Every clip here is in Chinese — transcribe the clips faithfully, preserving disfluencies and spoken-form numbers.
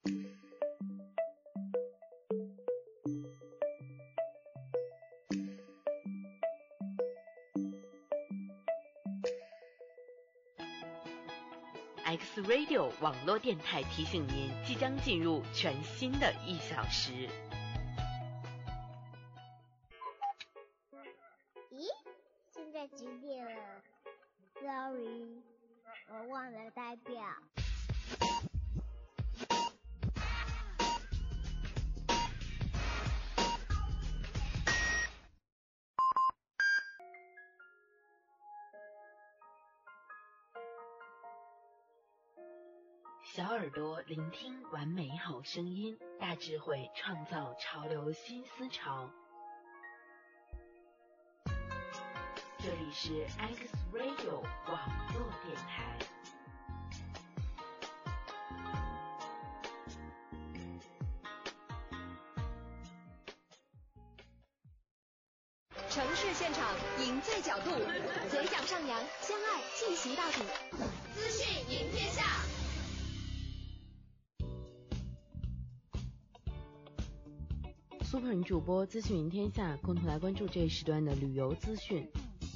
X Radio 网络电台提醒您，即将进入全新的一小时。 咦，现在几点了 ？Sorry， 我忘了带表。 小耳朵聆听完美好声音，大智慧创造潮流新思潮。这里是 X Radio 网络电台。 城市现场，赢在角度，嘴角上扬，相爱进行到底。资讯赢天下。 Super 主播资讯赢天下，共同来关注这一时段的旅游资讯。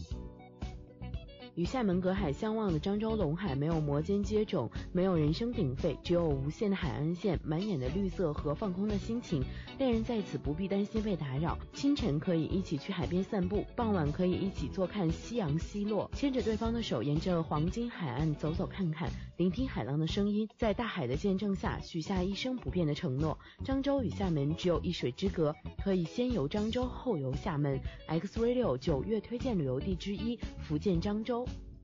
与厦门隔海相望的漳州陇海没有摩肩接踵，没有人声鼎沸，只有无限的海岸线，满眼的绿色和放空的心情。恋人在此不必担心被打扰，清晨可以一起去海边散步，傍晚可以一起坐看夕阳西落，牵着对方的手，沿着黄金海岸走走看看，聆听海浪的声音，在大海的见证下许下一生不变的承诺。漳州与厦门只有一水之隔，可以先游漳州后游厦门。 X Radio 九月推荐旅游地之一，福建漳州。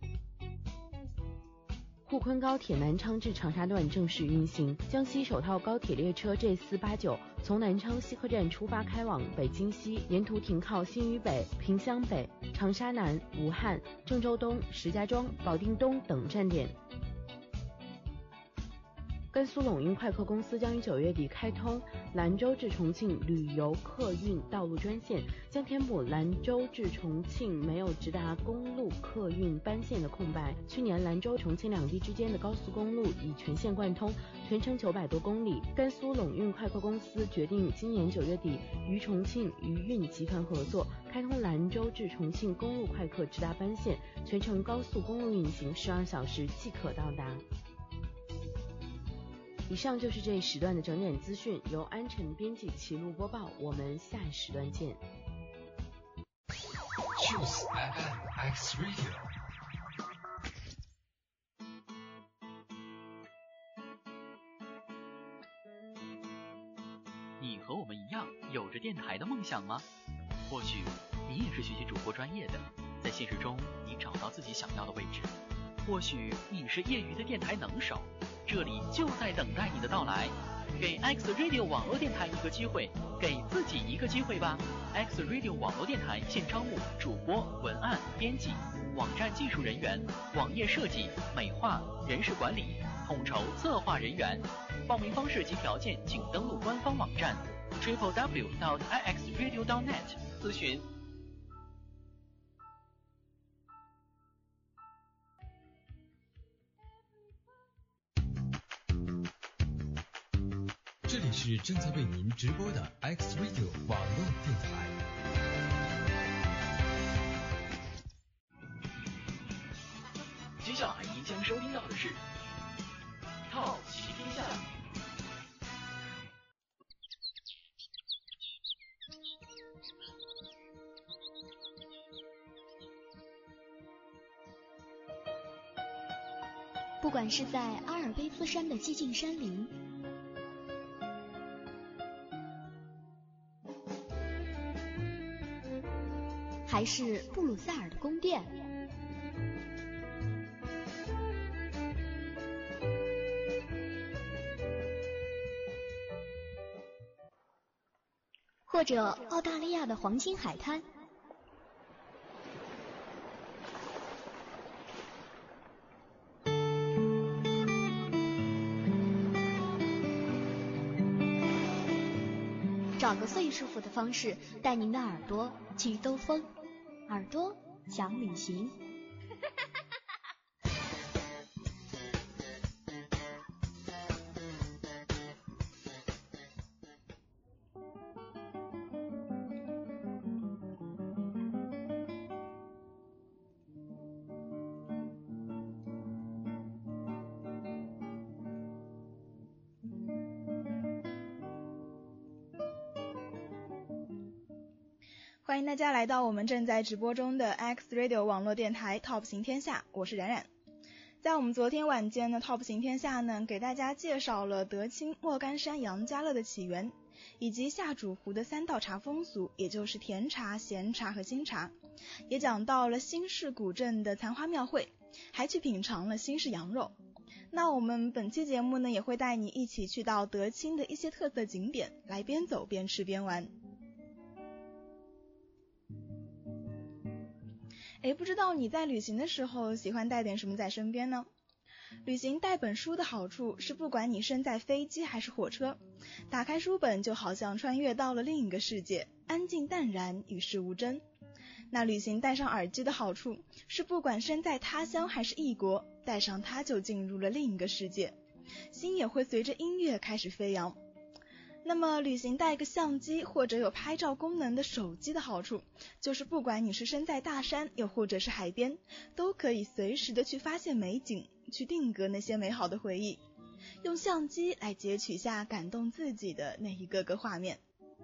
沪昆高铁南昌至长沙段正式运行，江西首套高铁列车 J 四八九从南昌西客站出发，开往北京西，沿途停靠新余北、萍乡北、长沙南、武汉、郑州东、石家庄、保定东等站点。甘肃陇运快客公司将于九月底开通兰州至重庆旅游客运道路专线，将填补兰州至重庆没有直达公路客运班线的空白。去年兰州、重庆两地之间的高速公路已全线贯通，全程九百多公里。甘肃陇运快客公司决定今年九月底与重庆渝运集团合作，开通兰州至重庆公路快客直达班线，全程高速公路运行，十二小时即可到达。以上就是这一时段的整点资讯，由安晨编辑齐录播报，我们下一时段见。 Choose F M X Radio。 你和我们一样有着电台的梦想吗？或许你也是学习主播专业的，在现实中你找到自己想要的位置。或许你是业余的电台能手，这里就在等待你的到来。给 X Radio 网络电台一个机会，给自己一个机会吧。X Radio 网络电台现招募主播、文案、编辑、网站技术人员、网页设计、美化、人事管理、统筹策划人员。报名方式及条件请登录官方网站 triple w dot i x radio dot net 咨询。 这里是正在为您直播的 X Radio 网络电台。 接下来您将收听到的是好奇天下。 不管是在阿尔卑斯山的寂静山林，还是布鲁塞尔的宫殿，或者澳大利亚的黄金海滩，找个最舒服的方式，带您的耳朵去兜风，耳朵想旅行。 欢迎大家来到我们正在直播中的 X Radio 网络电台 Top 行天下，我是冉冉。在我们昨天晚间的 Top 行天下呢，给大家介绍了德清莫干山杨家乐的起源，以及下主湖的三道茶风俗，也就是甜茶、咸茶和新茶，也讲到了新市古镇的残花庙会，还去品尝了新市羊肉。那我们本期节目呢，也会带你一起去到德清的一些特色景点，来边走边吃边玩。诶，不知道你在旅行的时候喜欢带点什么在身边呢？旅行带本书的好处是，不管你身在飞机还是火车，打开书本就好像穿越到了另一个世界，安静淡然，与世无争。那旅行带上耳机的好处是，不管身在他乡还是异国，带上它就进入了另一个世界，心也会随着音乐开始飞扬。那么旅行带个相机或者有拍照功能的手机的好处，就是不管你是身在大山又或者是海边，都可以随时的去发现美景，去定格那些美好的回忆，用相机来截取下感动自己的那一个个画面。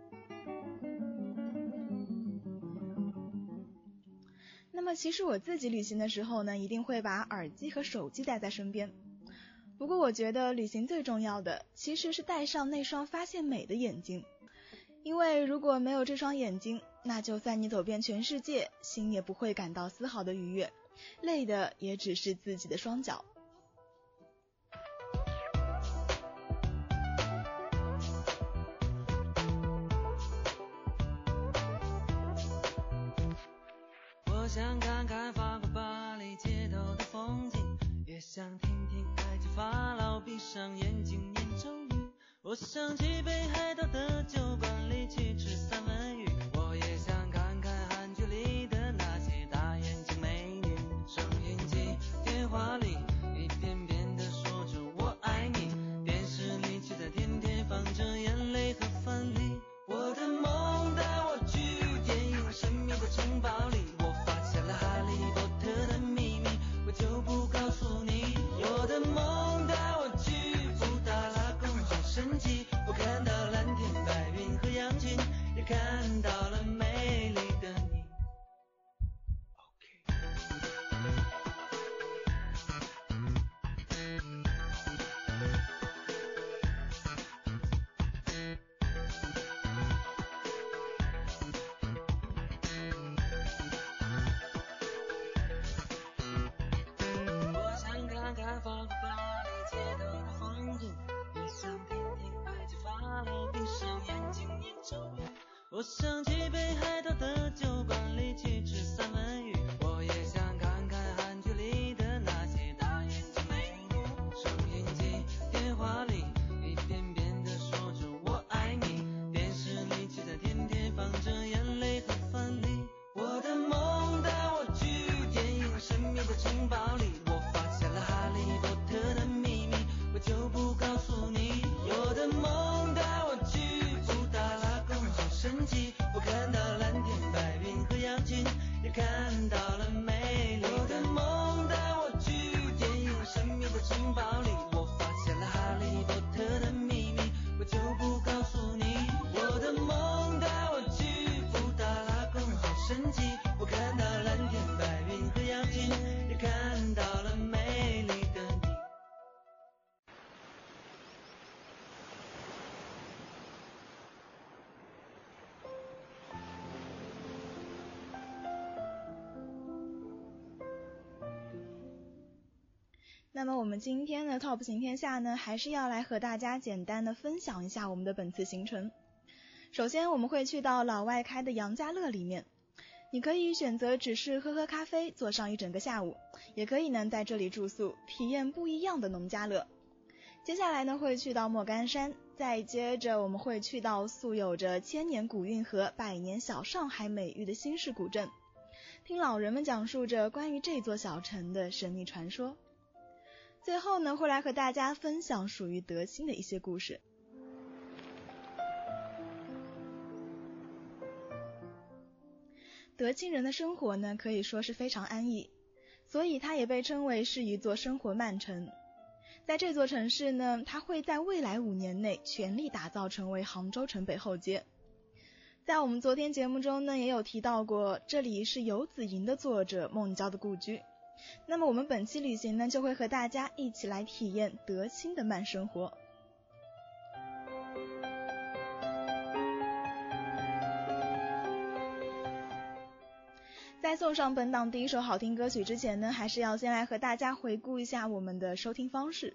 那么其实我自己旅行的时候呢，一定会把耳机和手机带在身边。不过我觉得旅行最重要的其实是带上那双发现美的眼睛，因为如果没有这双眼睛，那就算你走遍全世界，心也不会感到丝毫的愉悦，累的也只是自己的双脚。 我想看看法国巴黎街头的风景，也想听听埃及法老闭上眼睛念咒语。我想去北海道的酒馆里去吃三文鱼，我也想看看韩剧里的那些大眼睛美女。收音机电话里一遍遍地说着我爱你，电视里却在天天放着眼泪和分离。我的梦带我去电影神秘的城堡里，我发现了哈利波特的秘密，我就不告诉你。我的梦带我去布达拉宫好神奇，我看到蓝天白云和羊群，也看到了美丽的你。我想看看法国巴黎街头的风景，也想听听埃及法老闭上眼睛念咒语。我想去北海道的酒馆里去吃三文鱼，我也想看看韩剧里的那些大眼睛美女。收音机电话里一遍遍地说着我爱你，电视里却在天天放着眼泪和分离。我的梦带我去电影神秘的城堡里，我发现了哈利波特的秘密，我就不告诉你。我的梦带我去布达拉宫好神奇，我看到蓝天白云和羊群，也看到了美丽的。我的梦带我去电影神秘的城堡里，我发现了哈利波特的秘密，我就不告诉你。我的梦带我去布达拉宫好神奇，我看到蓝天白云和羊群，也看到了美丽的你。 那么我们今天的 Top 行天下呢，还是要来和大家简单的分享一下我们的本次行程。首先我们会去到老外开的杨家乐里面，你可以选择只是喝喝咖啡，坐上一整个下午，也可以呢在这里住宿，体验不一样的农家乐。接下来呢会去到莫干山，再接着我们会去到素有着千年古运河、百年小上海美誉的新市古镇，听老人们讲述着关于这座小城的神秘传说。最后呢会来和大家分享属于德清的一些故事。德清人的生活呢可以说是非常安逸，所以它也被称为是一座生活慢城。在这座城市呢，它会在未来五年内全力打造成为杭州城北后街。 在我们昨天节目中呢，也有提到过，这里是游子吟的作者孟郊的故居。那么我们本期旅行呢，就会和大家一起来体验德清的慢生活。在送上本档第一首好听歌曲之前呢，还是要先来和大家回顾一下我们的收听方式。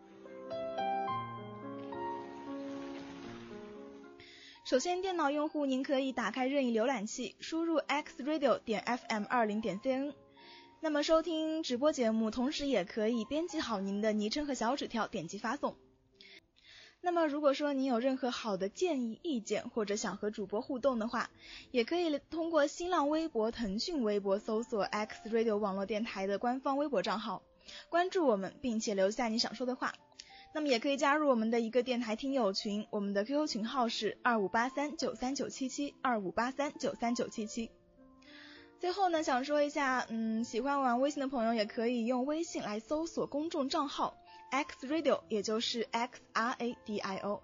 首先，电脑用户您可以打开任意浏览器，输入 x radio 点 f m 二十点 c n。那么收听直播节目，同时也可以编辑好您的昵称和小纸条，点击发送。那么如果说您有任何好的建议、意见，或者想和主播互动的话，也可以通过新浪微博、腾讯微博搜索 X Radio 网络电台的官方微博账号，关注我们，并且留下你想说的话。那么也可以加入我们的一个电台听友群，我们的 Q Q 群号是二五八三九三九七七 二五八三九三九七七。最后呢，想说一下，嗯，喜欢玩微信的朋友也可以用微信来搜索公众账号 X Radio， 也就是 X R A D I O。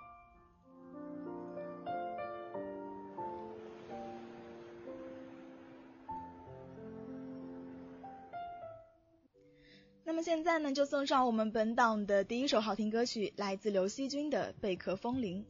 那么现在呢，就送上我们本档的第一首好听歌曲，来自刘惜君的《贝壳风铃》。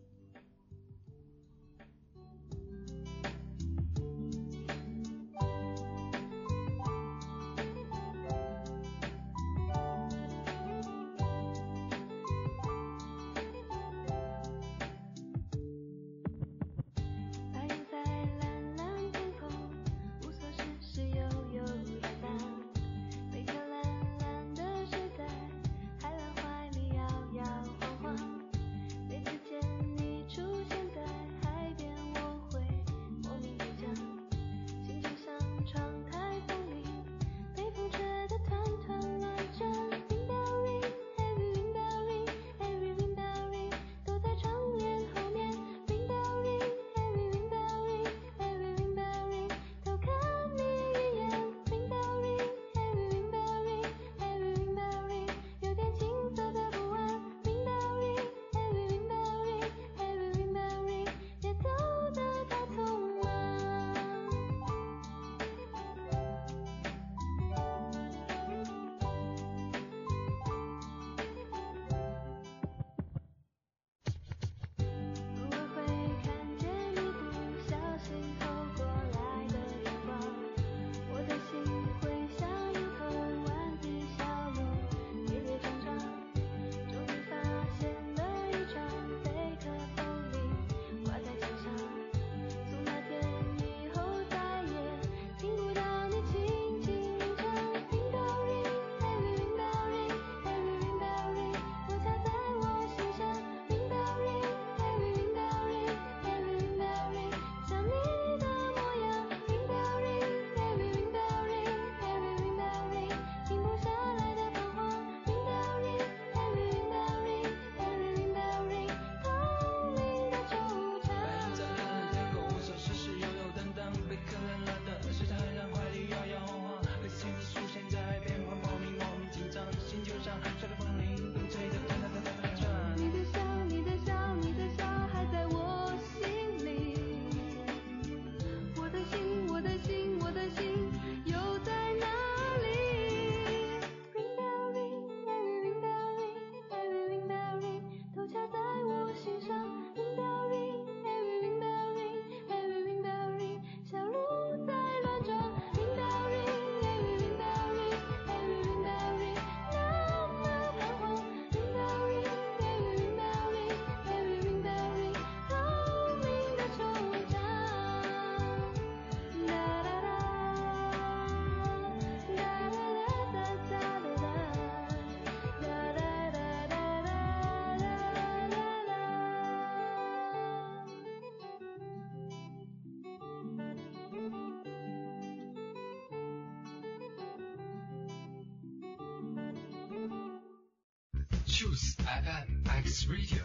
Choose F M X Radio。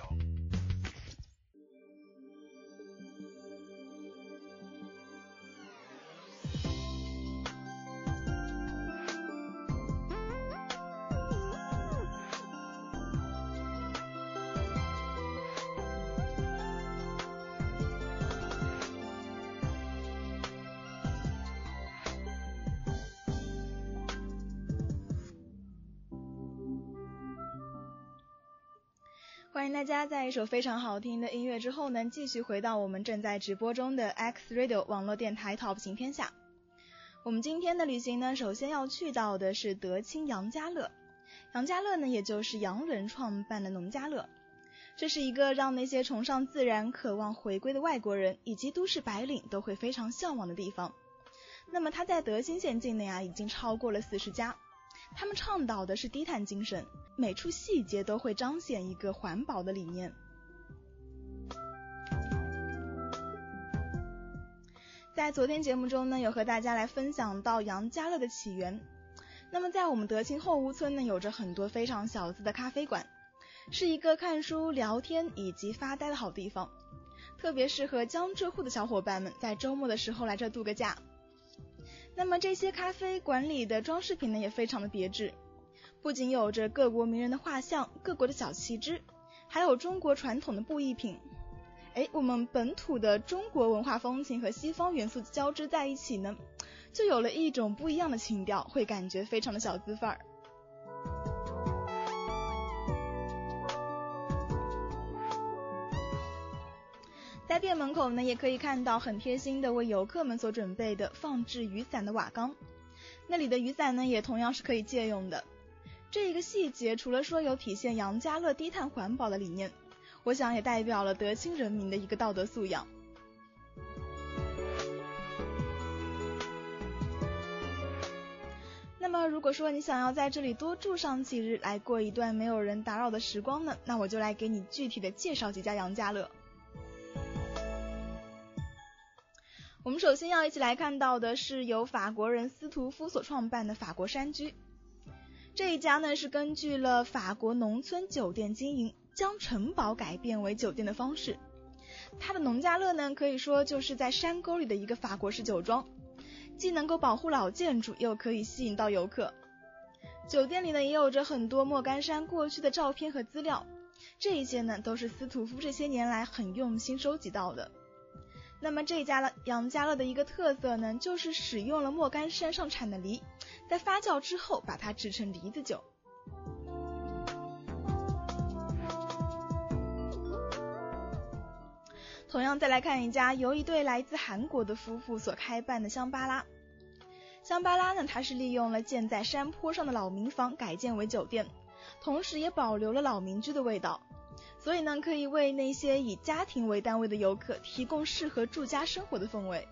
欢迎大家在一首非常好听的音乐之后呢，继续回到我们正在直播中的 X Radio 网络电台 Top 行天下。我们今天的旅行呢，首先要去到的是德清杨家乐。杨家乐呢，也就是洋人创办的农家乐。这是一个让那些崇尚自然、渴望回归的外国人以及都市白领都会非常向往的地方。那么它在德清县境内啊，已经超过了四十家。他们倡导的是低碳精神，每处细节都会彰显一个环保的理念。在昨天节目中呢，有和大家来分享到杨家乐的起源。那么在我们德清后屋村呢，有着很多非常小资的咖啡馆，是一个看书、聊天以及发呆的好地方，特别适合江浙沪的小伙伴们在周末的时候来这度个假。那么这些咖啡馆里的装饰品呢，也非常的别致，不仅有着各国名人的画像、各国的小旗帜，还有中国传统的布艺品。哎，我们本土的中国文化风情和西方元素交织在一起呢，就有了一种不一样的情调，会感觉非常的小资范儿。在店门口呢，也可以看到很贴心的为游客们所准备的放置雨伞的瓦缸，那里的雨伞呢，也同样是可以借用的。这一个细节除了说有体现杨家乐低碳环保的理念，我想也代表了德清人民的一个道德素养。那么如果说你想要在这里多住上几日，来过一段没有人打扰的时光呢，那我就来给你具体的介绍几家杨家乐。我们首先要一起来看到的是由法国人斯图夫所创办的法国山居。这一家呢，是根据了法国农村酒店经营，将城堡改变为酒店的方式。它的农家乐呢，可以说就是在山沟里的一个法国式酒庄，既能够保护老建筑，又可以吸引到游客。酒店里呢，也有着很多莫干山过去的照片和资料，这一些呢，都是斯图夫这些年来很用心收集到的。那么这家杨家乐的一个特色呢，就是使用了莫干山上产的梨，在发酵之后把它制成梨子酒。同样再来看一家由一对来自韩国的夫妇所开办的香巴拉。香巴拉呢，它是利用了建在山坡上的老民房改建为酒店，同时也保留了老民居的味道，所以呢，可以为那些以家庭为单位的游客提供适合住家生活的氛围。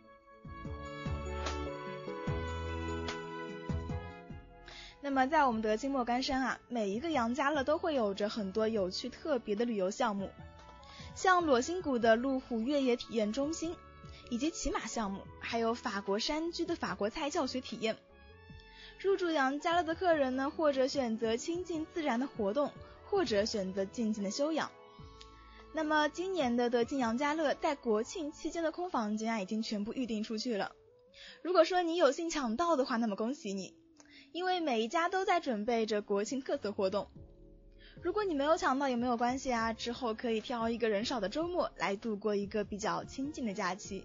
那么在我们德清莫干山啊，每一个杨家乐都会有着很多有趣特别的旅游项目，像裸心谷的路虎越野体验中心，以及骑马项目，还有法国山居的法国菜教学体验。入住杨家乐的客人呢，或者选择亲近自然的活动，或者选择静静的休养。那么今年的德清杨家乐在国庆期间的空房间啊，已经全部预订出去了。如果说你有幸抢到的话，那么恭喜你，因为每一家都在准备着国庆特色活动。如果你没有抢到也没有关系啊，之后可以挑一个人少的周末来度过一个比较清静的假期。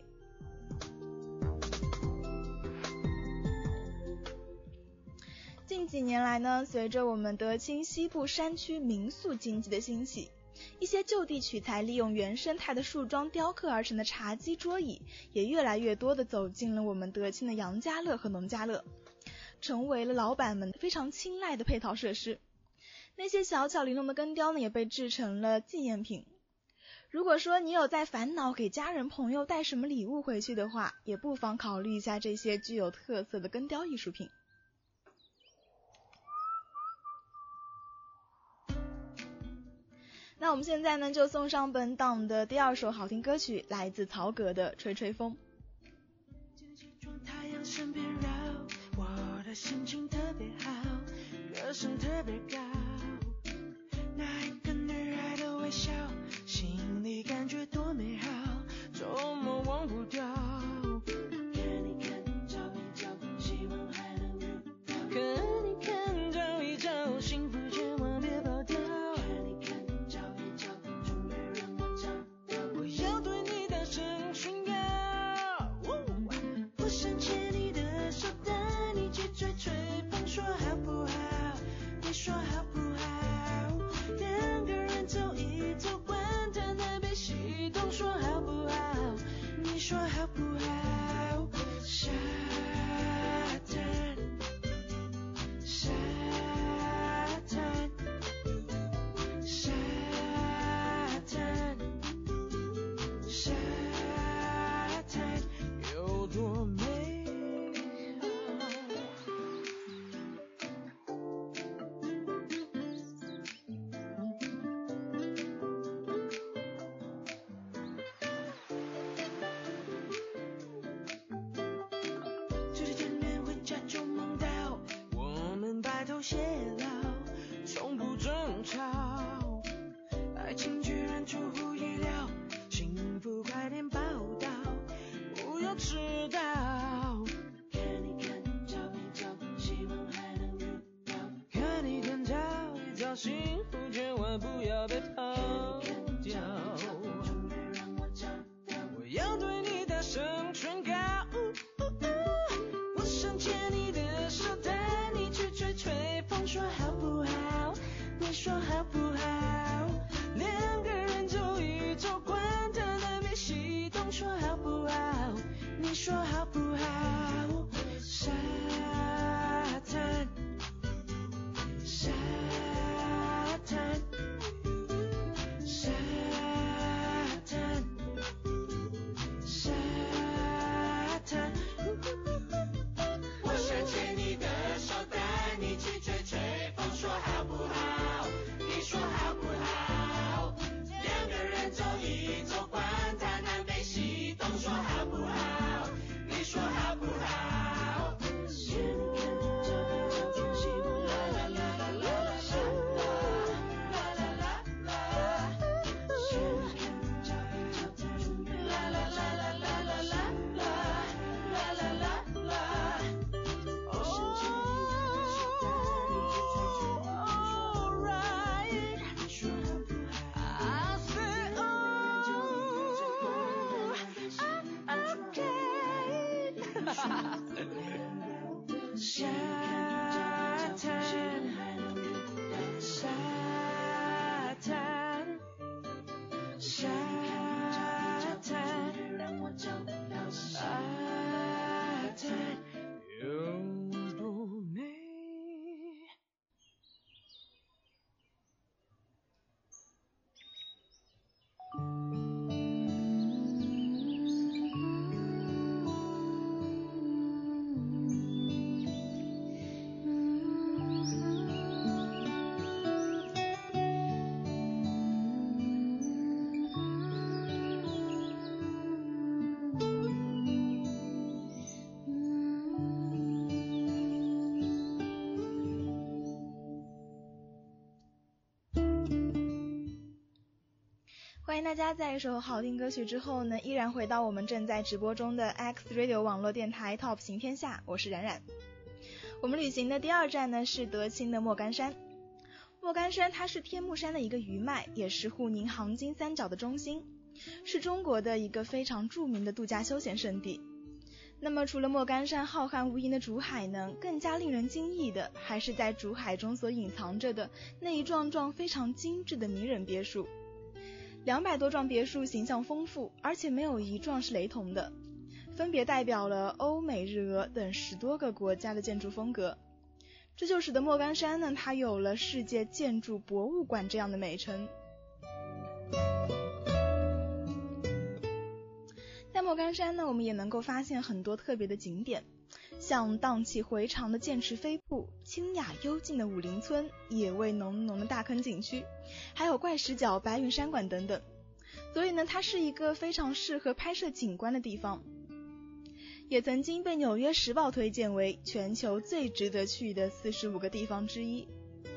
近几年来呢，随着我们德清西部山区民宿经济的兴起，一些就地取材利用原生态的树桩雕刻而成的茶几桌椅也越来越多的走进了我们德清的杨家乐和农家乐，成为了老板们非常青睐的配套设施。那些小巧玲珑的根雕呢，也被制成了纪念品。如果说你有在烦恼给家人朋友带什么礼物回去的话，也不妨考虑一下这些具有特色的根雕艺术品。那我们现在呢，就送上本档的第二首好听歌曲，来自曹格的《吹吹风》。 太阳身边绕，我的心情特别好，歌声特别高，那一个女孩的微笑，心里感觉多美好，周末忘不掉。看你看照一照，希望还能遇到。看你看照一照，幸福千万别跑掉。看你看照一照，终于让我找到。我要对你大声宣告，我想牵你的手，带你去吹吹风，说好不好？你说好不好？ 说好不好？沙滩，沙滩，沙滩，沙滩有多美好？这天见面回家就梦到我们白头偕老，从不争吵，爱情居然出乎意料，幸福快点报道，不要迟到。看你看照片照片，希望还能遇到。看你看照一遭幸福，千万不要被抛掉。我要对你大声劝告，我想牵你的手，带你去吹吹风，说好不好？你说好不好？两个人走一走，管他南北西东，说好不好？你说好不好？沙滩，沙滩，沙滩，沙滩。我想牵你的手，带你去吹吹风，说好不好？你说好不好？两个人走一走，管他南北西东，说好不好？你说好不好？牵你看照片照片，希望啦啦啦啦啦啦啦啦啦啦。牵你看照片照片，啦啦啦啦啦啦啦啦啦啦啦啦。我想牵你的手，带你去吹吹风，说好不好？你说好不好？ I say oh, okay. 沙滩，沙滩，沙滩，让我找到沙滩有多美。 欢迎大家在一首好听歌曲之后呢，依然回到我们正在直播中的 X Radio 网络电台 Top 行天下，我是冉冉。我们旅行的第二站呢是德清的莫干山。莫干山它是天目山的一个余脉，也是沪宁杭金三角的中心，是中国的一个非常著名的度假休闲胜地。那么除了莫干山浩瀚无垠的竹海呢，更加令人惊异的还是在竹海中所隐藏着的那一幢幢非常精致的名人别墅。两百多幢别墅形象丰富，而且没有一幢是雷同的，分别代表了欧美日俄等十多个国家的建筑风格。这就使得莫干山呢，它有了世界建筑博物馆这样的美称。在莫干山呢，我们也能够发现很多特别的景点，像荡气回肠的剑池飞瀑、清雅幽静的武陵村、野味浓浓的大坑景区，还有怪石角、白云山馆等等。所以呢，它是一个非常适合拍摄景观的地方，也曾经被《纽约时报》推荐为全球最值得去的四十五个地方之一。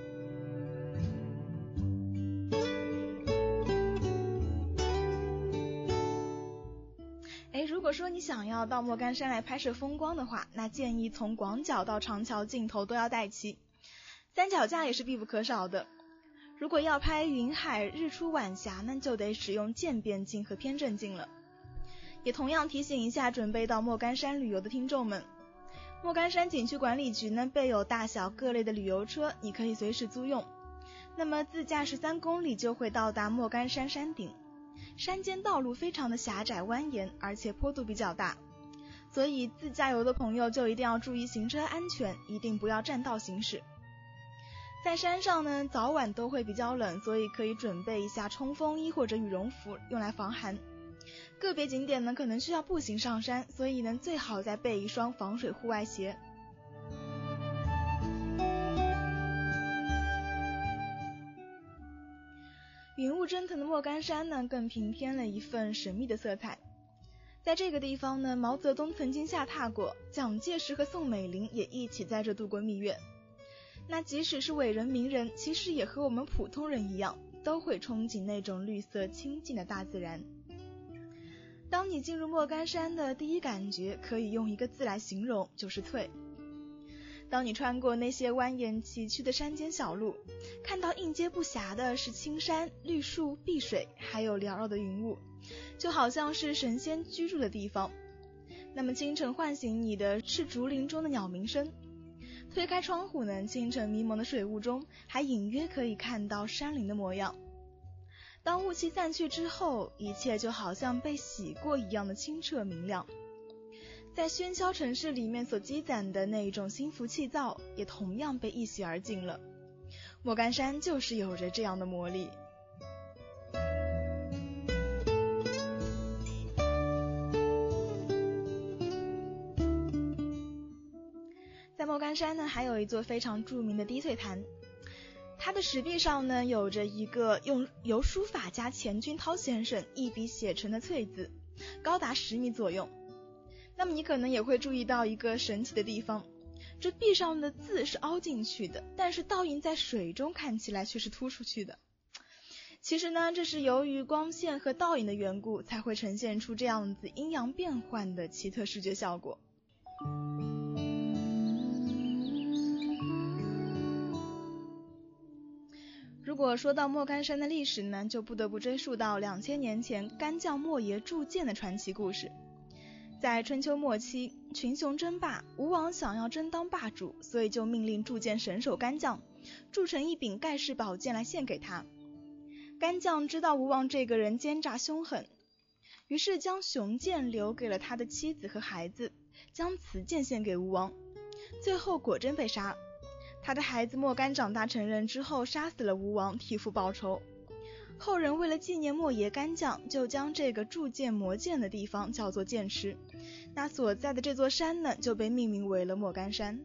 如果说你想要到莫干山来拍摄风光的话，那建议从广角到长桥镜头都要带齐，三脚架也是必不可少的。如果要拍云海、日出、晚霞，那就得使用渐变镜和偏振镜了。也同样提醒一下准备到莫干山旅游的听众们，莫干山景区管理局呢备有大小各类的旅游车，你可以随时租用。那么自驾十三公里就会到达莫干山山顶。 山间道路非常的狭窄蜿蜒，而且坡度比较大，所以自驾游的朋友就一定要注意行车安全，一定不要占道行驶。在山上呢，早晚都会比较冷，所以可以准备一下冲锋衣或者羽绒服，用来防寒。个别景点呢可能需要步行上山，所以呢最好再备一双防水户外鞋。云雾蒸腾的莫干山呢，更平添了一份神秘的色彩。在这个地方呢，毛泽东曾经下榻过，蒋介石和宋美龄也一起在这度过蜜月。那即使是伟人名人，其实也和我们普通人一样，都会憧憬那种绿色清净的大自然。当你进入莫干山的第一感觉，可以用一个字来形容，就是退。当你穿过那些蜿蜒崎岖的山间小路，看到应接不暇的是青山、绿树、碧水，还有缭绕的云雾，就好像是神仙居住的地方。那么清晨唤醒你的是竹林中的鸟鸣声，推开窗户呢，清晨迷蒙的水雾中还隐约可以看到山林的模样。当雾气散去之后，一切就好像被洗过一样的清澈明亮。在喧嚣城市里面所积攒的那一种心浮气躁，也同样被一洗而尽了。莫干山就是有着这样的魔力。在莫干山呢，还有一座非常著名的滴翠潭，它的石壁上呢，有着一个用由书法家钱君涛先生一笔写成的翠字，高达十米左右。那么你可能也会注意到一个神奇的地方，这壁上的字是凹进去的，但是倒映在水中看起来却是凸出去的。其实呢，这是由于光线和倒影的缘故，才会呈现出这样子阴阳变幻的奇特视觉效果。如果说到莫干山的历史呢，就不得不追溯到两千年前干将莫邪铸剑的传奇故事。在春秋末期，群雄争霸，吴王想要争当霸主，所以就命令铸剑神手干将铸成一柄盖世宝剑来献给他。干将知道吴王这个人奸诈凶狠，于是将雄剑留给了他的妻子和孩子，将雌剑献给吴王，最后果真被杀。他的孩子莫干长大成人之后，杀死了吴王，替父报仇。后人为了纪念莫邪干将，就将这个铸剑磨剑的地方叫做剑池，那所在的这座山呢，就被命名为了莫干山。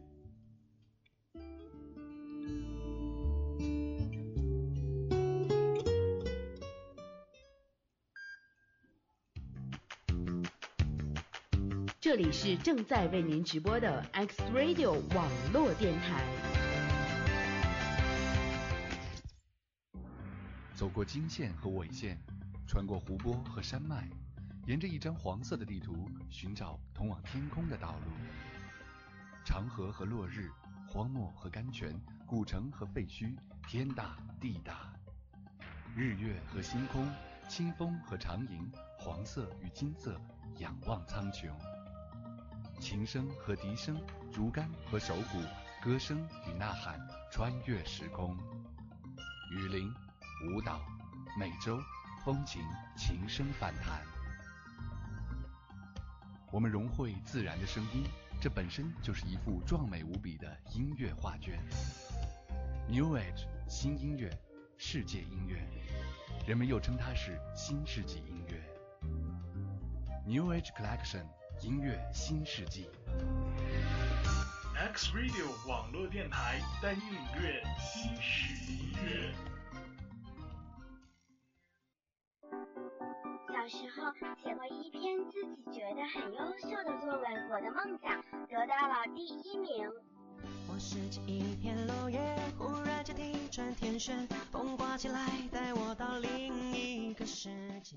这里是正在为您直播的 X Radio 网络电台。 走过经线和纬线，穿过湖泊和山脉，沿着一张黄色的地图寻找通往天空的道路。长河和落日，荒漠和甘泉，古城和废墟，天大地大。日月和星空，清风和长吟，黄色与金色，仰望苍穹。琴声和笛声，竹竿和手鼓，歌声与呐喊，穿越时空。雨林、舞蹈、美洲、风情，琴声反弹。我们融汇自然的声音，这本身就是一幅壮美无比的音乐画卷。New Age 新音乐，世界音乐，人们又称它是新世纪音乐。New Age Collection 音乐新世纪。 X Radio 网络电台带你领略新式音乐。 小时候写过一篇自己觉得很优秀的作文，我的梦想得到了第一名。 我拾起一片落叶，忽然间听转天旋，风刮起来带我到另一个世界。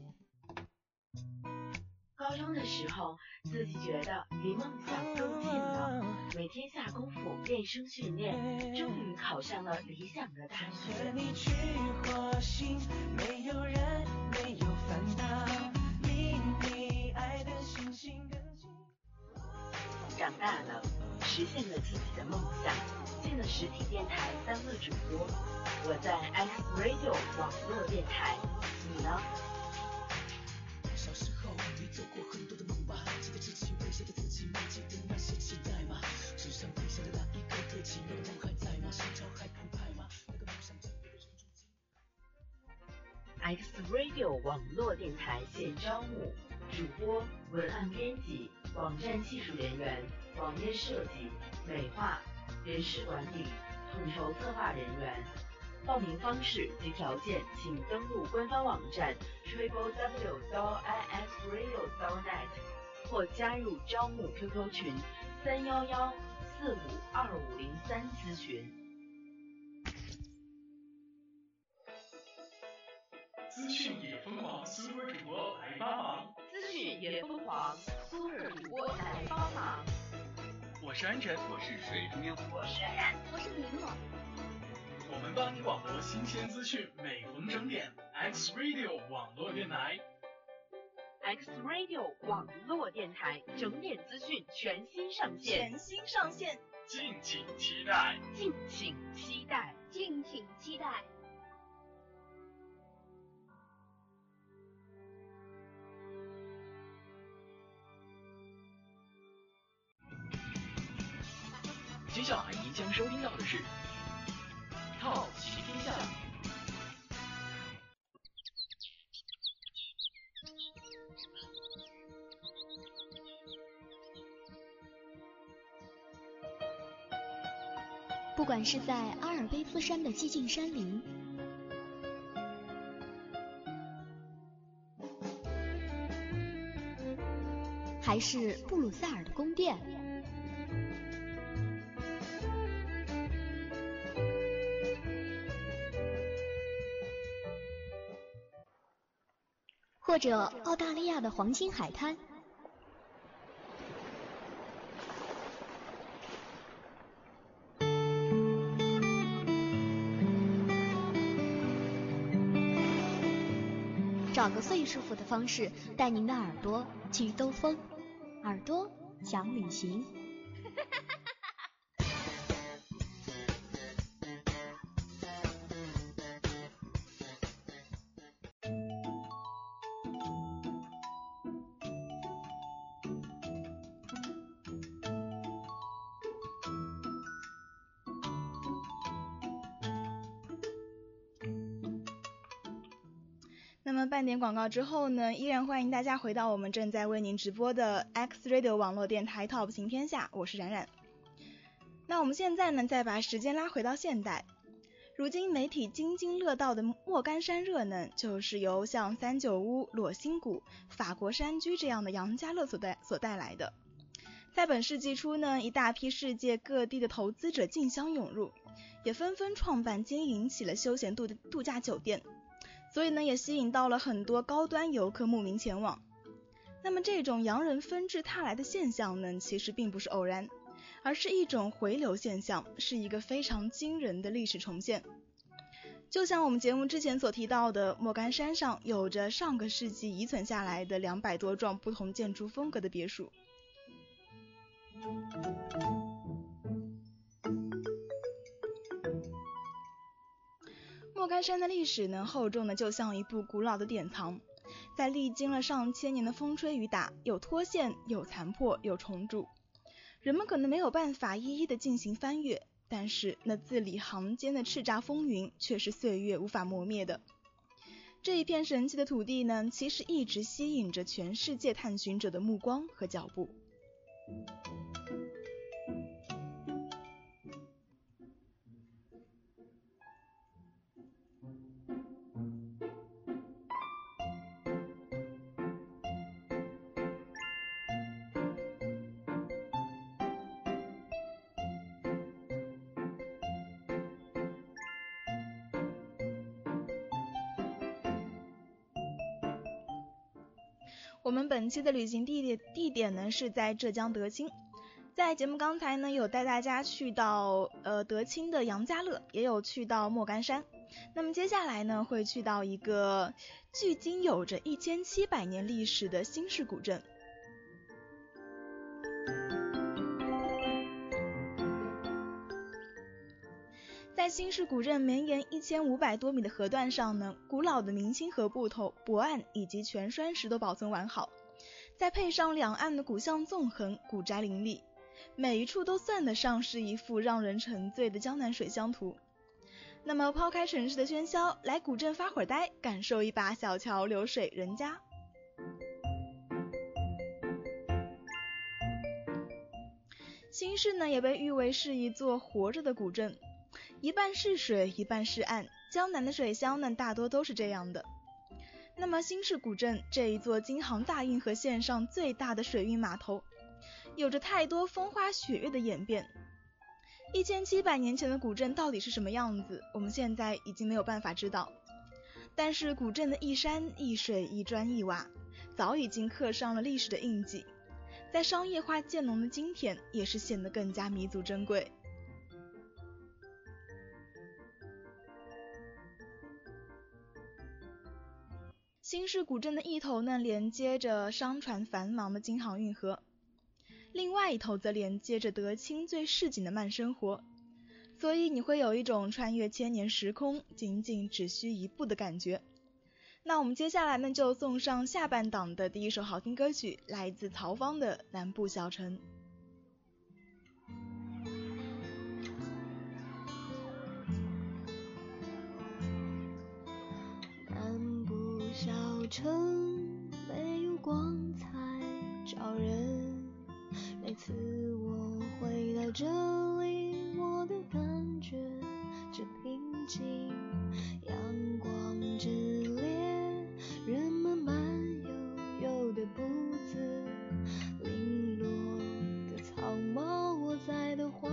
高中的时候，自己觉得离梦想更近了，每天下功夫练声训练，终于考上了理想的大学。 你去火星，没有人，没有烦恼，离你爱的星星更近。 长大了，实现了自己的梦想，进了实体电台当了主播。我在 X Radio 网络电台，你呢？ 小时候你做过很多的梦吧，记得自己微笑的自己吗？记得那些期待吗？纸上笔下的那一个个奇妙的梦还在吗？心潮还澎湃吗？那个梦想着有人中间。 X Radio 网络电台现招募主播、文案编辑、网站技术人员、网页设计、美化、人事管理、统筹策划人员。报名方式及条件，请登录官方网站 triple w dot i x radio dot net 或加入招募 Q Q 群三幺幺四五二五零三咨询。 资讯也疯狂，苏格主播来帮忙。 资讯也疯狂，苏格主播来帮忙。 我是安晨， 我是水中央， 我是冉，我是林某。 我们帮你网罗新鲜资讯，每逢整点 X Radio 网络电台。 X Radio 网络电台整点资讯全新上线， 全新上线， 敬请期待， 敬请期待， 敬请期待。 接下来您将收听到的是套齐天下。 不管是在阿尔卑斯山的寂静山林，还是布鲁塞尔的宫殿，或者澳大利亚的黄金海滩，找个最舒服的方式，带您的耳朵去兜风，耳朵想旅行。 那么半点广告之后呢，依然欢迎大家回到我们正在为您直播的 X Radio 网络电台 Top 行天下，我是冉冉。那我们现在呢，再把时间拉回到现代，如今媒体津津乐道的莫干山热呢，就是由像三九屋、裸心谷、法国山居这样的杨家乐所带所带来的。在本世纪初呢，一大批世界各地的投资者竞相涌入，也纷纷创办经营起了休闲度的度假酒店。所以呢，也吸引到了很多高端游客慕名前往。那么这种洋人纷至沓来的现象呢，其实并不是偶然，而是一种回流现象，是一个非常惊人的历史重现。就像我们节目之前所提到的，莫干山上有着上个世纪遗存下来的两百多幢不同建筑风格的别墅。莫干山的历史呢，厚重的就像一部古老的典藏，在历经了上千年的风吹雨打，有脱线，有残破，有重铸。人们可能没有办法一一的进行翻阅，但是那字里行间的叱咤风云却是岁月无法磨灭的。这一片神奇的土地呢，其实一直吸引着全世界探寻者的目光和脚步。我们本期的旅行地点地点呢是在浙江德清，在节目刚才呢有带大家去到呃德清的杨家乐，也有去到莫干山。那么接下来呢会去到一个距今有着一千七百年历史的新市古镇。在在新市古镇绵延一千五百多米的河段上呢，古老的明清河埠头、泊岸以及全栓石都保存完好，再配上两岸的古巷纵横、古宅林立，每一处都算得上是一幅让人沉醉的江南水乡图。那么抛开城市的喧嚣，来古镇发会儿呆，感受一把小桥流水人家。新市呢也被誉为是一座活着的古镇，一半是水，一半是岸，江南的水乡呢大多都是这样的。那么新市古镇这一座京杭大运河线上最大的水运码头，有着太多风花雪月的演变。一千七百年前的古镇到底是什么样子，我们现在已经没有办法知道。但是古镇的一山一水一砖一瓦，早已经刻上了历史的印记，在商业化渐浓的今天，也是显得更加弥足珍贵。新市古镇的一头呢，连接着商船繁忙的京杭运河，另外一头则连接着德清最市井的慢生活，所以你会有一种穿越千年时空，仅仅只需一步的感觉。那我们接下来呢，就送上下半档的第一首好听歌曲，来自曹芳的《南部小城》。 南部小城没有光彩照人，每次我回到这里，我都感觉这平静，阳光之烈，人们慢悠悠的步子，零落的草帽我在的花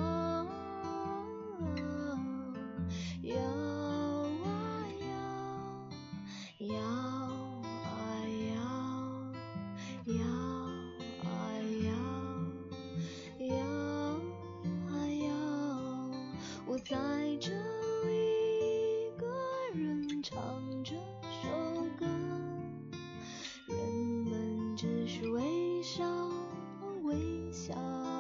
摇啊摇，摇啊摇，摇啊摇，摇啊摇，我在这里一个人唱这首歌，人们只是微笑微笑，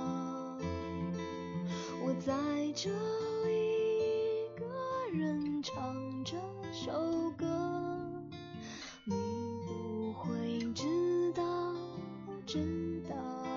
我在这里一个人唱这首歌，你不会知道知道。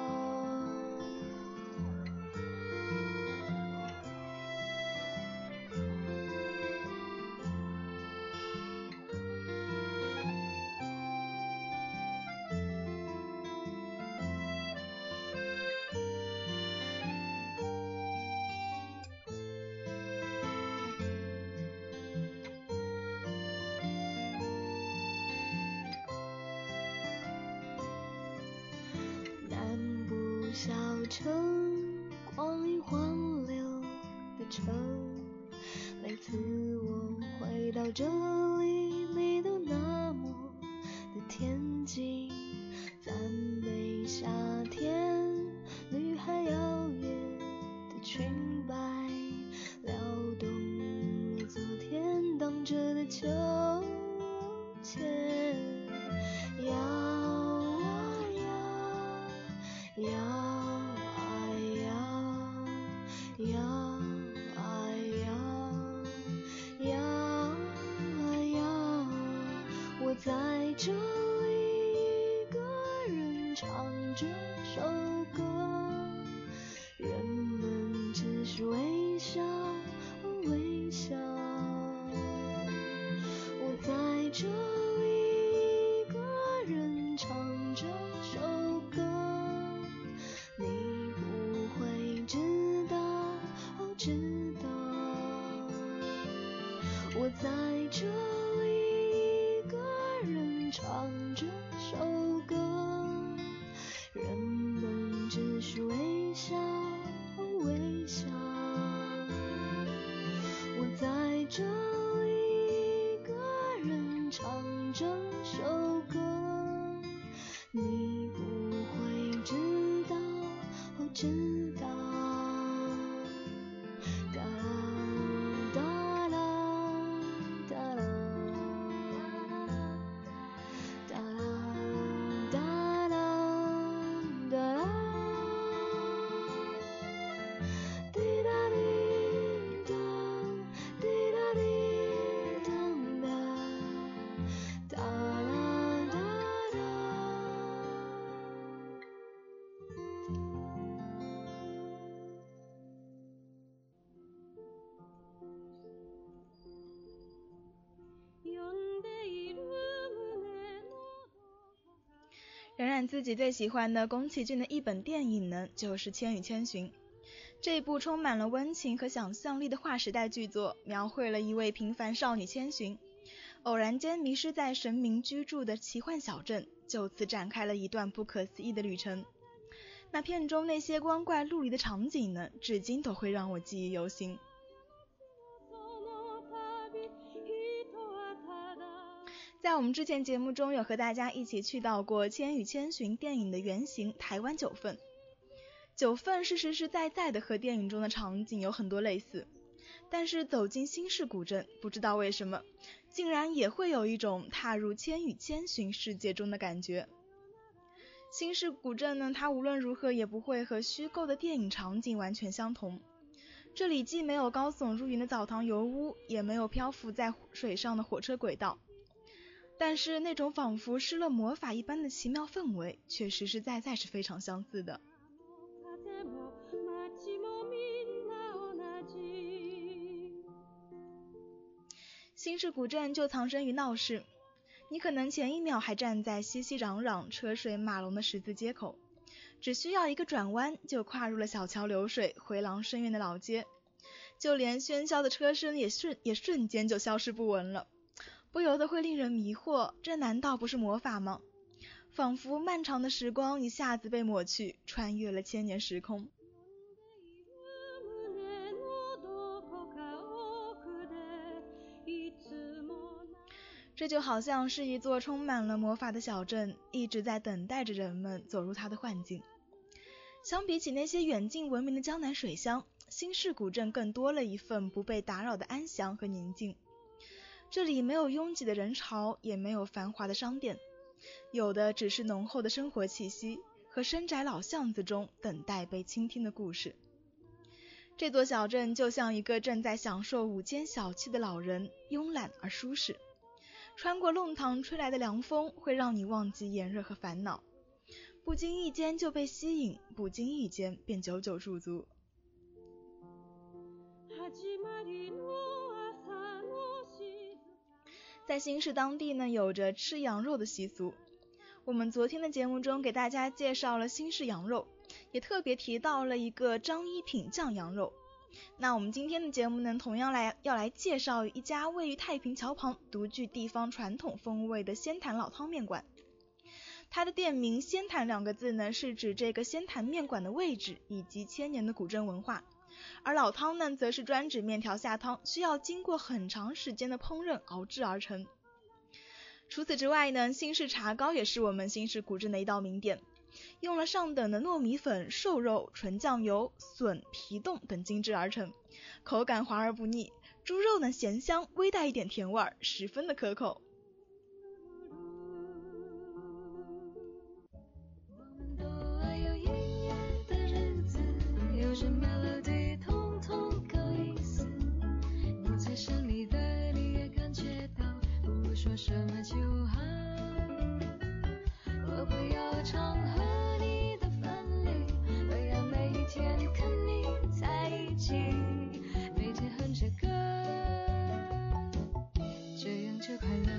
小城光阴荒流的城，每次我回到这里，你都那么的恬静，赞美夏天，女孩摇曳的裙摆，撩动了昨天荡着的秋千，摇啊摇，摇摇啊摇，摇啊摇，我在这里一个人唱这首歌，人们只是微笑微笑，我在这里一个人唱这首歌，你不会知道知道，我在这里一个人唱这首歌，人们只是微笑微笑，我在这里一个人唱这首歌，你不会知道知道。 然自己最喜欢的宫崎骏的一本电影呢，就是《千与千寻》。这部充满了温情和想象力的划时代巨作，描绘了一位平凡少女千寻偶然间迷失在神明居住的奇幻小镇，就此展开了一段不可思议的旅程。那片中那些光怪陆离的场景呢，至今都会让我记忆犹新。在我们之前节目中有和大家一起去到过《千与千寻》电影的原型台湾九份。九份是实实在在的和电影中的场景有很多类似，但是走进新市古镇，不知道为什么竟然也会有一种踏入千与千寻世界中的感觉。新市古镇呢，它无论如何也不会和虚构的电影场景完全相同。这里既没有高耸入云的澡堂油屋，也没有漂浮在水上的火车轨道，但是那种仿佛施了魔法一般的奇妙氛围，却实实在在是非常相似的。新市古镇就藏身于闹市，你可能前一秒还站在熙熙攘攘车水马龙的十字街口，只需要一个转弯就跨入了小桥流水回廊深院的老街，就连喧嚣的车声也瞬也瞬间就消失不闻了，不由得会令人迷惑，这难道不是魔法吗？仿佛漫长的时光一下子被抹去，穿越了千年时空。这就好像是一座充满了魔法的小镇，一直在等待着人们走入它的幻境。相比起那些远近闻名的江南水乡，新市古镇更多了一份不被打扰的安详和宁静。这里没有拥挤的人潮，也没有繁华的商店，有的只是浓厚的生活气息和深窄老巷子中等待被倾听的故事。这座小镇就像一个正在享受午间小憩的老人，慵懒而舒适。穿过弄堂吹来的凉风，会让你忘记炎热和烦恼，不经意间就被吸引，不经意间便久久驻足。在新市当地呢，有着吃羊肉的习俗。我们昨天的节目中给大家介绍了新市羊肉，也特别提到了一个张一品酱羊肉。那我们今天的节目呢，同样来要来介绍一家位于太平桥旁、独具地方传统风味的仙坛老汤面馆。它的店名仙坛两个字呢，是指这个仙坛面馆的位置以及千年的古镇文化，而老汤呢，则是专指面条下汤，需要经过很长时间的烹饪熬制而成。除此之外呢，新市茶糕也是我们新市古镇的一道名点，用了上等的糯米粉、瘦肉、纯酱油、笋、皮冻等精制而成，口感滑而不腻，猪肉呢咸香，微带一点甜味，十分的可口。 说什么就好，我不要唱和你的分离，我要每一天跟你在一起，每天哼着歌，这样就快乐。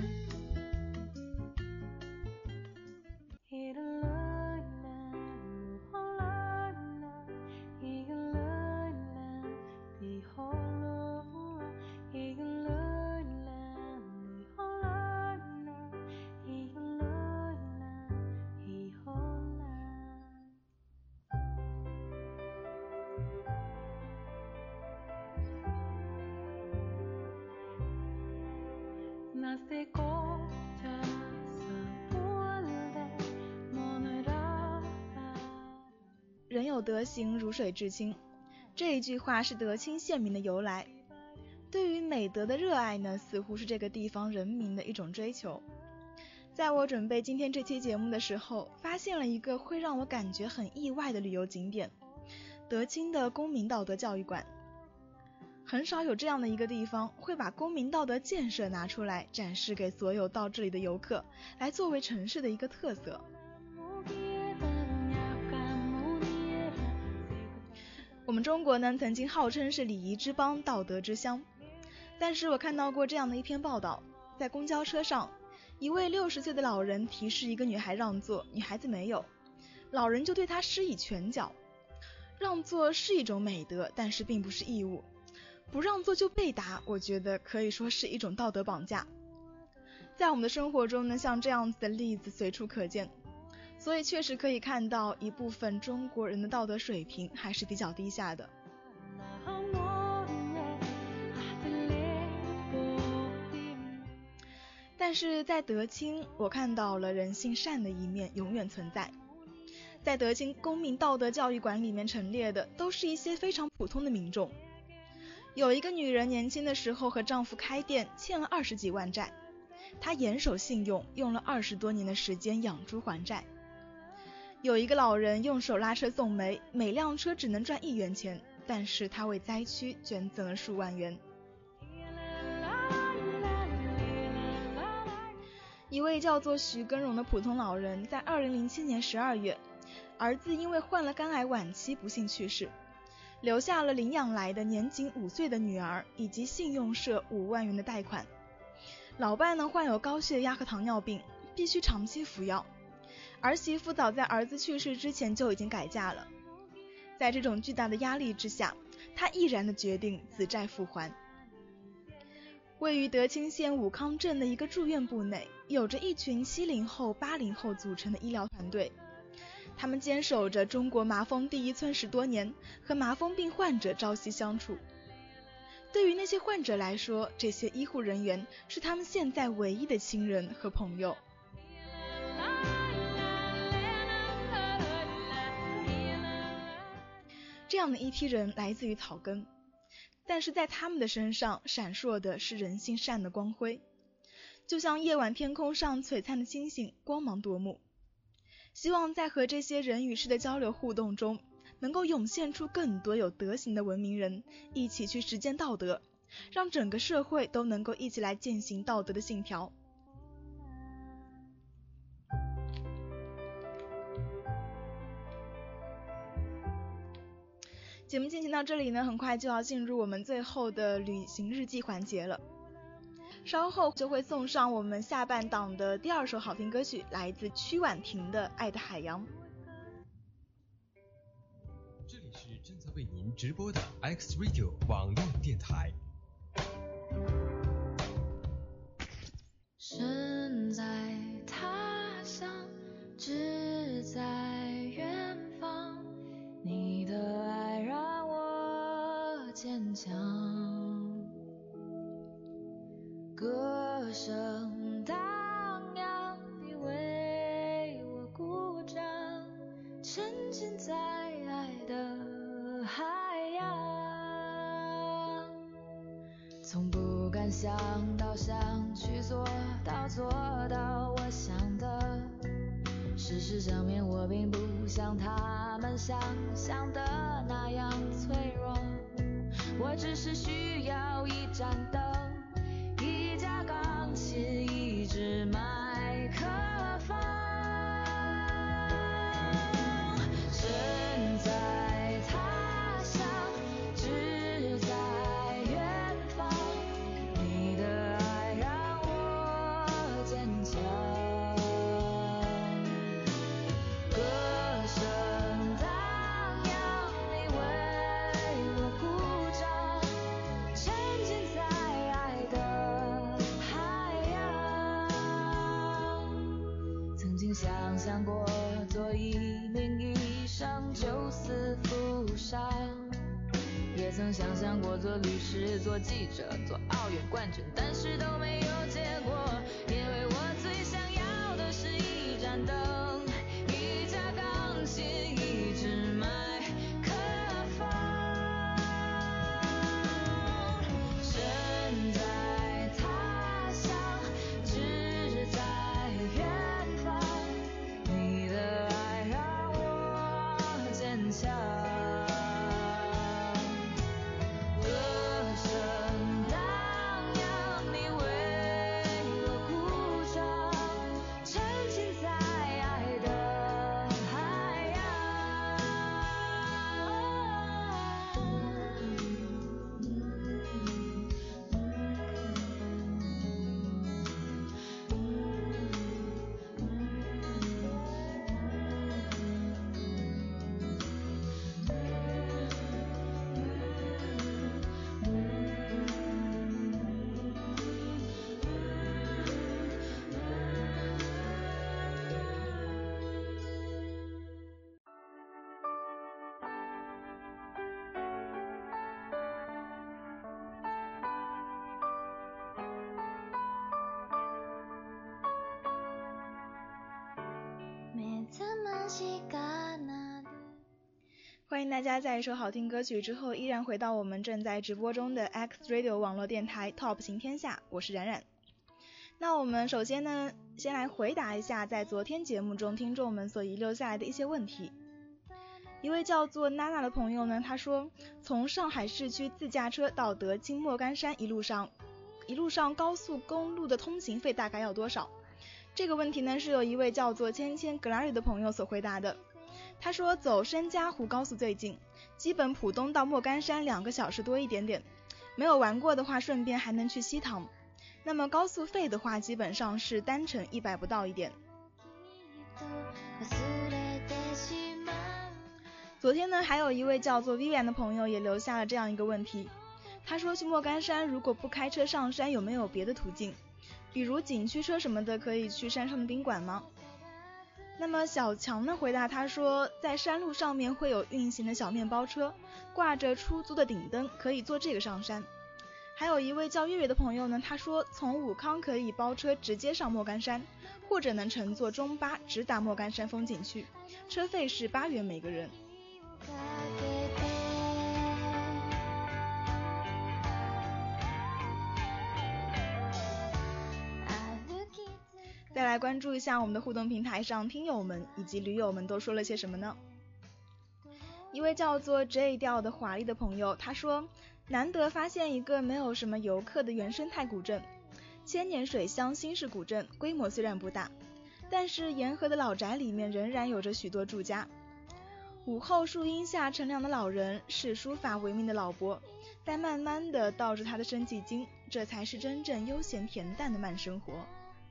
人有德行，如水至清。这一句话是德清县民的由来。对于美德的热爱呢，似乎是这个地方人民的一种追求。在我准备今天这期节目的时候，发现了一个会让我感觉很意外的旅游景点——德清的公民道德教育馆。很少有这样的一个地方会把公民道德建设拿出来展示给所有到这里的游客，来作为城市的一个特色。我们中国呢，曾经号称是礼仪之邦、道德之乡，但是我看到过这样的一篇报道，在公交车上， 一位六十岁的老人提示一个女孩让座，女孩子没有，老人就对她施以拳脚。让座是一种美德，但是并不是义务。不让座就被打，我觉得可以说是一种道德绑架。在我们的生活中呢，像这样子的例子随处可见，所以确实可以看到一部分中国人的道德水平还是比较低下的。但是在德清，我看到了人性善的一面永远存在。在德清公民道德教育馆里面陈列的都是一些非常普通的民众。有一个女人年轻的时候和丈夫开店，欠了二十几万债，她严守信用，用了二十多年的时间养猪还债。有一个老人用手拉车送煤，每辆车只能赚一元钱，但是他为灾区捐赠了数万元。一位叫做徐根荣的普通老人，在二零零七年十二月，儿子因为患了肝癌晚期不幸去世，留下了领养来的年仅五岁的女儿以及信用社五万元的贷款。老伴呢患有高血压和糖尿病，必须长期服药。儿媳妇早在儿子去世之前就已经改嫁了。在这种巨大的压力之下，她毅然的决定子债父还。位于德清县武康镇的一个住院部内，有着一群七零后、八零后组成的医疗团队，他们坚守着中国麻风第一村十多年，和麻风病患者朝夕相处。对于那些患者来说，这些医护人员是他们现在唯一的亲人和朋友。这样的一批人来自于草根，但是在他们的身上闪烁的是人性善的光辉，就像夜晚天空上璀璨的星星，光芒夺目。希望在和这些人与事的交流互动中，能够涌现出更多有德行的文明人，一起去实践道德，让整个社会都能够一起来践行道德的信条。节目进行到这里呢，很快就要进入我们最后的旅行日记环节了。稍后就会送上我们下半档的第二首好听歌曲，来自曲婉婷的《爱的海洋》。 这里是正在为您直播的 X Radio 网络电台。 身在他乡，志在远方，你的爱让我坚强，歌声荡漾，你为我鼓掌，沉浸在爱的海洋，从不敢想到想去做到做到我想的，事实上面我并不像他们想象的那样脆弱，我只是需要一盏灯，一架钢琴，一支麦克风，身在他乡，志在远方，你的爱让我坚强，歌声荡漾，你为我鼓掌，沉浸在爱的海洋，曾经想象过做一名医生救死扶伤，也曾想象过做律师、做记者、做奥运冠军，但是都没有结果，因为我最想要的是一盏灯，一架钢琴，一支麦克风，身在他乡，志在远方，你的爱让我坚强，歌声荡漾，你为欢迎大家在一首好听歌曲之后依然回到我们正在直播中的 X Radio 网络电台 Top 行天下，我是冉冉。那我们首先呢，先来回答一下在昨天节目中听众们所遗留下来的一些问题。一位叫做娜娜的朋友呢，他说从上海市区自驾车到德清莫干山一路上一路上高速公路的通行费大概要多少？这个问题呢是由一位叫做芊芊格拉瑞的朋友所回答的。他说走申嘉湖高速最近，基本浦东到莫干山两个小时多一点点，没有玩过的话顺便还能去西塘。那么高速费的话基本上是单程一百不到一点。昨天呢还有一位叫做 Vivian 的朋友也留下了这样一个问题，他说去莫干山如果不开车上山有没有别的途径，比如景区车什么的可以去山上的宾馆吗？那么小强呢回答他说在山路上面会有运行的小面包车，挂着出租的顶灯，可以坐这个上山。还有一位叫月月的朋友呢，他说从武康可以包车直接上莫干山，或者能乘坐中巴直达莫干山风景区，车费是八元每个人。再来关注一下我们的互动平台上听友们以及驴友们都说了些什么呢？一位叫做 J 调的华丽的朋友，他说难得发现一个没有什么游客的原生态古镇，千年水乡新式古镇，规模虽然不大，但是沿河的老宅里面仍然有着许多住家。午后树荫下乘凉的老人，视书法为名的老伯在慢慢地倒着他的生计经，这才是真正悠闲恬淡的慢生活。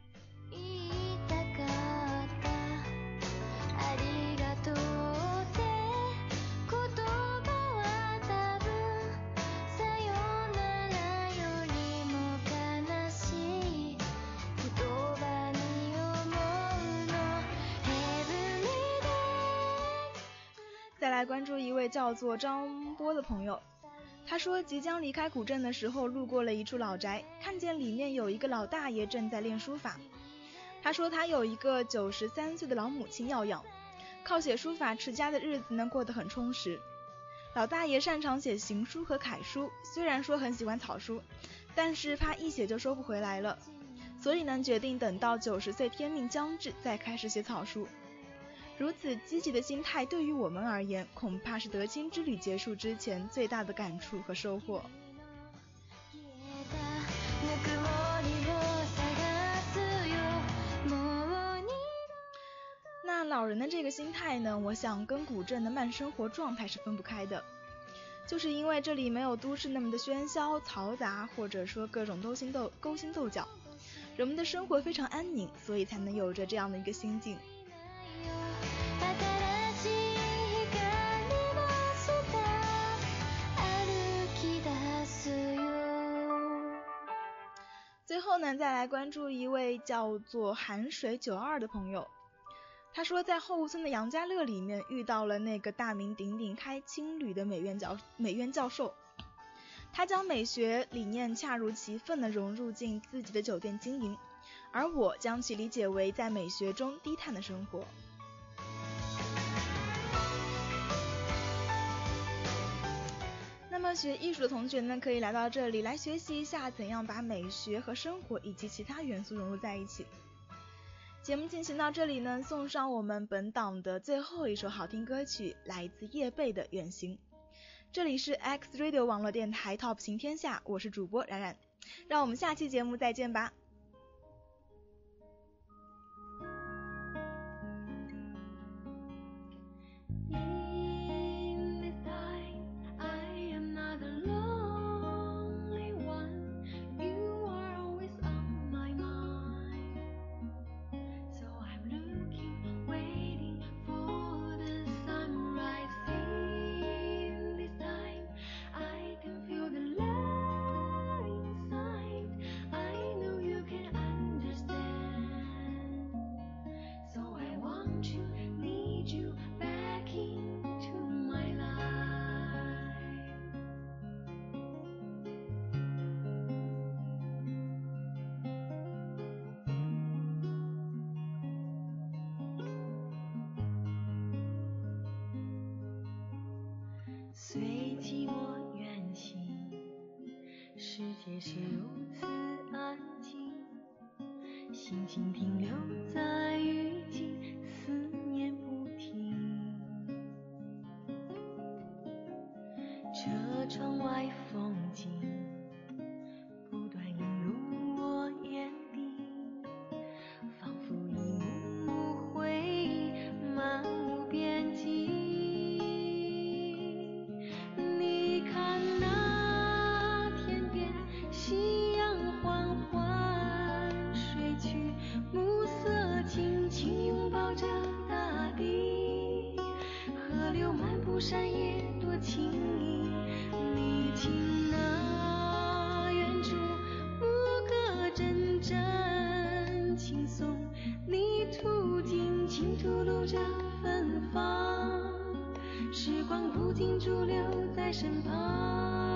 再来关注一位叫做张波的朋友，他说即将离开古镇的时候路过了一处老宅，看见里面有一个老大爷正在练书法。他说他有一个九十三岁的老母亲要养，靠写书法持家的日子呢过得很充实。老大爷擅长写行书和楷书，虽然说很喜欢草书，但是怕一写就收不回来了，所以呢决定等到九十岁天命将至再开始写草书。如此积极的心态对于我们而言，恐怕是德清之旅结束之前最大的感触和收获。那老人的这个心态呢，我想跟古镇的慢生活状态是分不开的，就是因为这里没有都市那么的喧嚣嘈杂，或者说各种勾心斗勾心斗角，人们的生活非常安宁，所以才能有着这样的一个心境。最后呢，再来关注一位叫做寒水九二的朋友，他说在后屋村的杨家乐里面遇到了那个大名鼎鼎开青旅的美院教美院教授，他将美学理念恰如其分地融入进自己的酒店经营，而我将其理解为在美学中低碳的生活。那么学艺术的同学呢，可以来到这里来学习一下怎样把美学和生活以及其他元素融入在一起。节目进行到这里呢，送上我们本档的最后一首好听歌曲，来自叶蓓的《远行》。这里是 X Radio 网络电台 Top 行天下，我是主播冉冉，让我们下期节目再见吧。 You 寂寞远行，世界是如此安静，心情停留在雨季，思念不停。这窗外风景不断映入我眼底，仿佛一幕幕回忆漫无边际。你看那天边夕阳缓缓睡去，暮色轻轻拥抱着大地，河流漫步山野多轻易。你听那远处牧歌阵阵轻松，泥土静静吐露着芬芳，时光不停驻留在身旁。